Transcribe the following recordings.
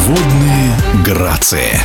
Водные грации.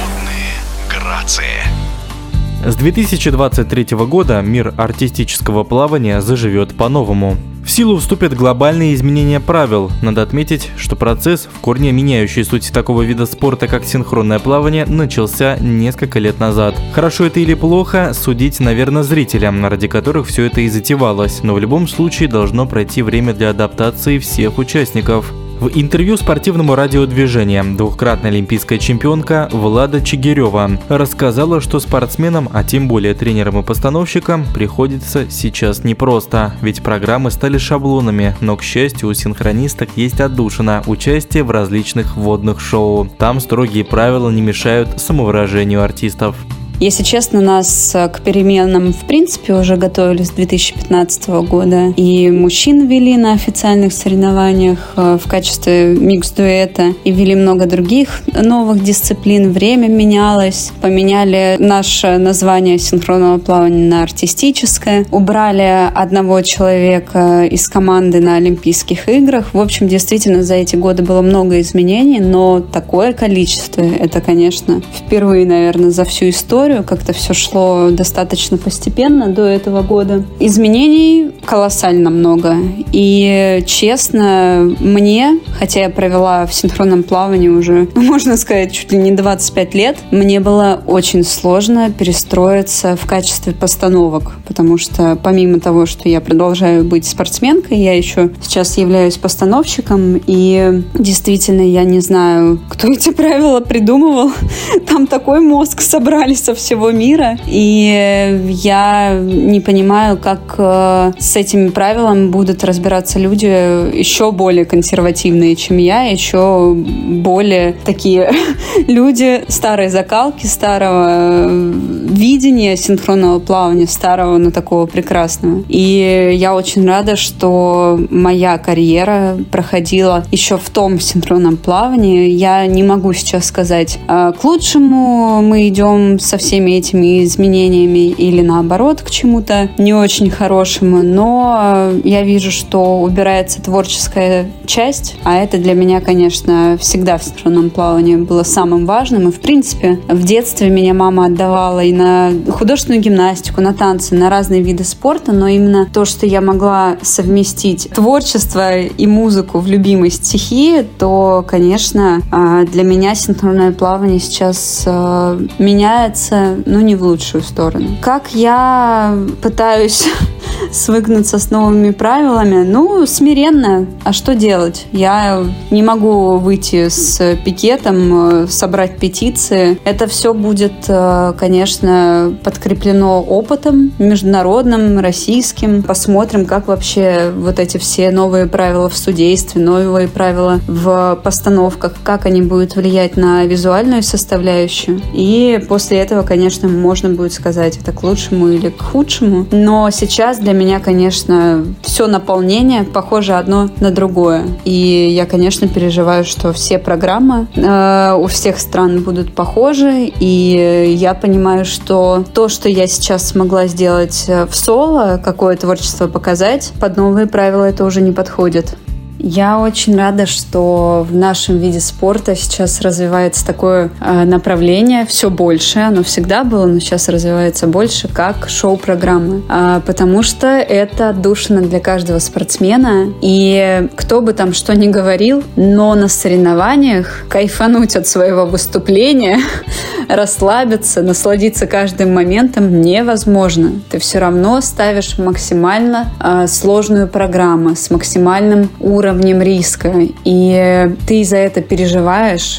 С 2023 года мир артистического плавания заживет по-новому. В силу вступят глобальные изменения правил. Надо отметить, что процесс, в корне меняющий суть такого вида спорта, как синхронное плавание, начался несколько лет назад. Хорошо это или плохо, судить, наверное, зрителям, ради которых все это и затевалось, но в любом случае должно пройти время для адаптации всех участников. В интервью спортивному радиодвижению двукратная олимпийская чемпионка Влада Чигирева рассказала, что спортсменам, а тем более тренерам и постановщикам, приходится сейчас непросто, ведь программы стали шаблонами, но, к счастью, у синхронисток есть отдушина – участие в различных водных шоу. Там строгие правила не мешают самовыражению артистов. Если честно, нас к переменам, в принципе, уже готовили с 2015 года. И мужчин ввели на официальных соревнованиях в качестве микс-дуэта. И ввели много других новых дисциплин. Время менялось. Поменяли наше название синхронного плавания на артистическое. Убрали одного человека из команды на Олимпийских играх. В общем, действительно, за эти годы было много изменений. Но такое количество, это, конечно, впервые, наверное, за всю историю. Как-то все шло достаточно постепенно до этого года. Изменений колоссально много. И, честно, мне, хотя я провела в синхронном плавании уже, можно сказать, чуть ли не 25 лет, мне было очень сложно перестроиться в качестве постановок, потому что помимо того, что я продолжаю быть спортсменкой, я еще сейчас являюсь постановщиком, и действительно я не знаю, кто эти правила придумывал. Там такой мозг собрали со всего мира, и я не понимаю, как с этими правилами будут разбираться люди еще более консервативные, чем я, еще более такие люди старой закалки, старого видения синхронного плавания, старого, но такого прекрасного. И я очень рада, что моя карьера проходила еще в том синхронном плавании. Я не могу сейчас сказать, к лучшему мы идем со всеми этими изменениями или наоборот к чему-то не очень хорошему, но я вижу, что убирается творческая часть, а это для меня, конечно, всегда в синхронном плавании было самым важным. И, в принципе, в детстве меня мама отдавала и на художественную гимнастику, на танцы, на разные виды спорта, но именно то, что я могла совместить творчество и музыку в любимой стихии, то, конечно, для меня синхронное плавание сейчас меняется, но не в лучшую сторону. Как я пытаюсь свыкнуться с новыми правилами? Ну, смиренно. А что делать? Я не могу выйти с пикетом, собрать петиции. Это все будет, конечно, подкреплено опытом международным, российским. Посмотрим, как вообще вот эти все новые правила в судействе, новые правила в постановках, как они будут влиять на визуальную составляющую. И после этого, конечно, можно будет сказать, это к лучшему или к худшему. Но сейчас для меня, конечно, все наполнение похоже одно на другое. И я, конечно, переживаю, что все программы у всех стран будут похожи. И я понимаю, что то, что я сейчас смогла сделать в соло, какое творчество показать, под новые правила это уже не подходит. Я очень рада, что в нашем виде спорта сейчас развивается такое направление, все больше, оно всегда было, но сейчас развивается больше, как шоу-программы, потому что это отдушина для каждого спортсмена, и кто бы там что ни говорил, но на соревнованиях кайфануть от своего выступления, расслабиться, насладиться каждым моментом невозможно. Ты все равно ставишь максимально сложную программу с максимальным уровнем риска, и ты за это переживаешь,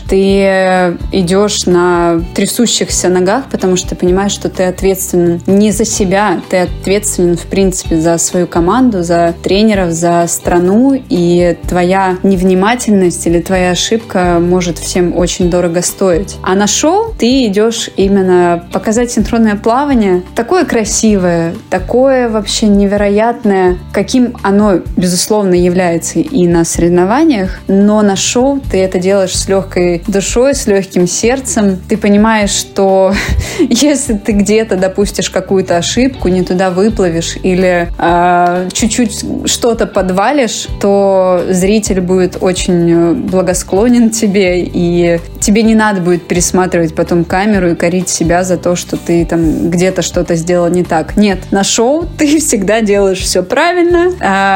ты идешь на трясущихся ногах, потому что ты понимаешь, что ты ответственен не за себя, ты ответственен, в принципе, за свою команду, за тренеров, за страну, и твоя невнимательность или твоя ошибка может всем очень дорого стоить. А на шоу ты ты идешь именно показать синхронное плавание. Такое красивое, такое вообще невероятное, каким оно, безусловно, является и на соревнованиях, но на шоу ты это делаешь с легкой душой, с легким сердцем. Ты понимаешь, что если ты где-то допустишь какую-то ошибку, не туда выплывешь или чуть-чуть что-то подвалишь, то зритель будет очень благосклонен тебе, и тебе не надо будет пересматривать потом камеру и корить себя за то, что ты там где-то что-то сделал не так. Нет, на шоу ты всегда делаешь все правильно.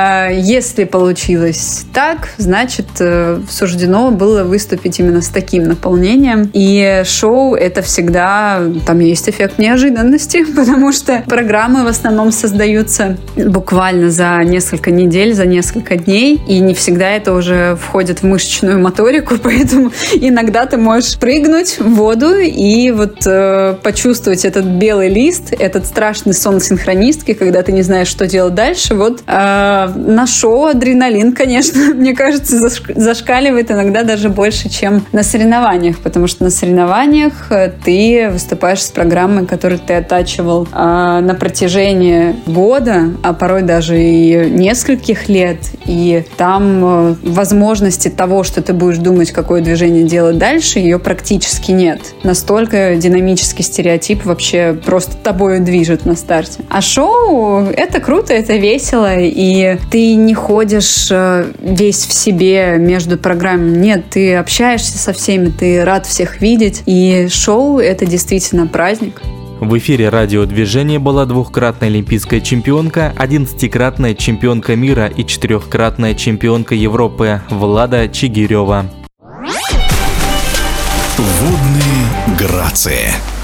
Если получилось так, значит, суждено было выступить именно с таким наполнением. И шоу — это всегда... Там есть эффект неожиданности, потому что программы в основном создаются буквально за несколько недель, за несколько дней, и не всегда это уже входит в мышечную моторику, поэтому иногда ты можешь прыгнуть в воду и вот почувствовать этот белый лист, этот страшный сон синхронистки, когда ты не знаешь, что делать дальше. Вот на шоу адреналин, конечно, мне кажется, зашкаливает иногда даже больше, чем на соревнованиях, потому что на соревнованиях ты выступаешь с программой, которую ты оттачивал на протяжении года, а порой даже и нескольких лет, и там возможности того, что ты будешь думать, какое движение делать дальше, ее практически нет. Настолько динамический стереотип вообще просто тобой движет на старте. А шоу — это круто, это весело, и ты не ходишь весь в себе между программами. Нет, ты общаешься со всеми, ты рад всех видеть, и шоу — это действительно праздник. В эфире радиодвижения была двухкратная олимпийская чемпионка, 11-кратная чемпионка мира и 4-кратная чемпионка Европы Влада Чигирева. Водные грации.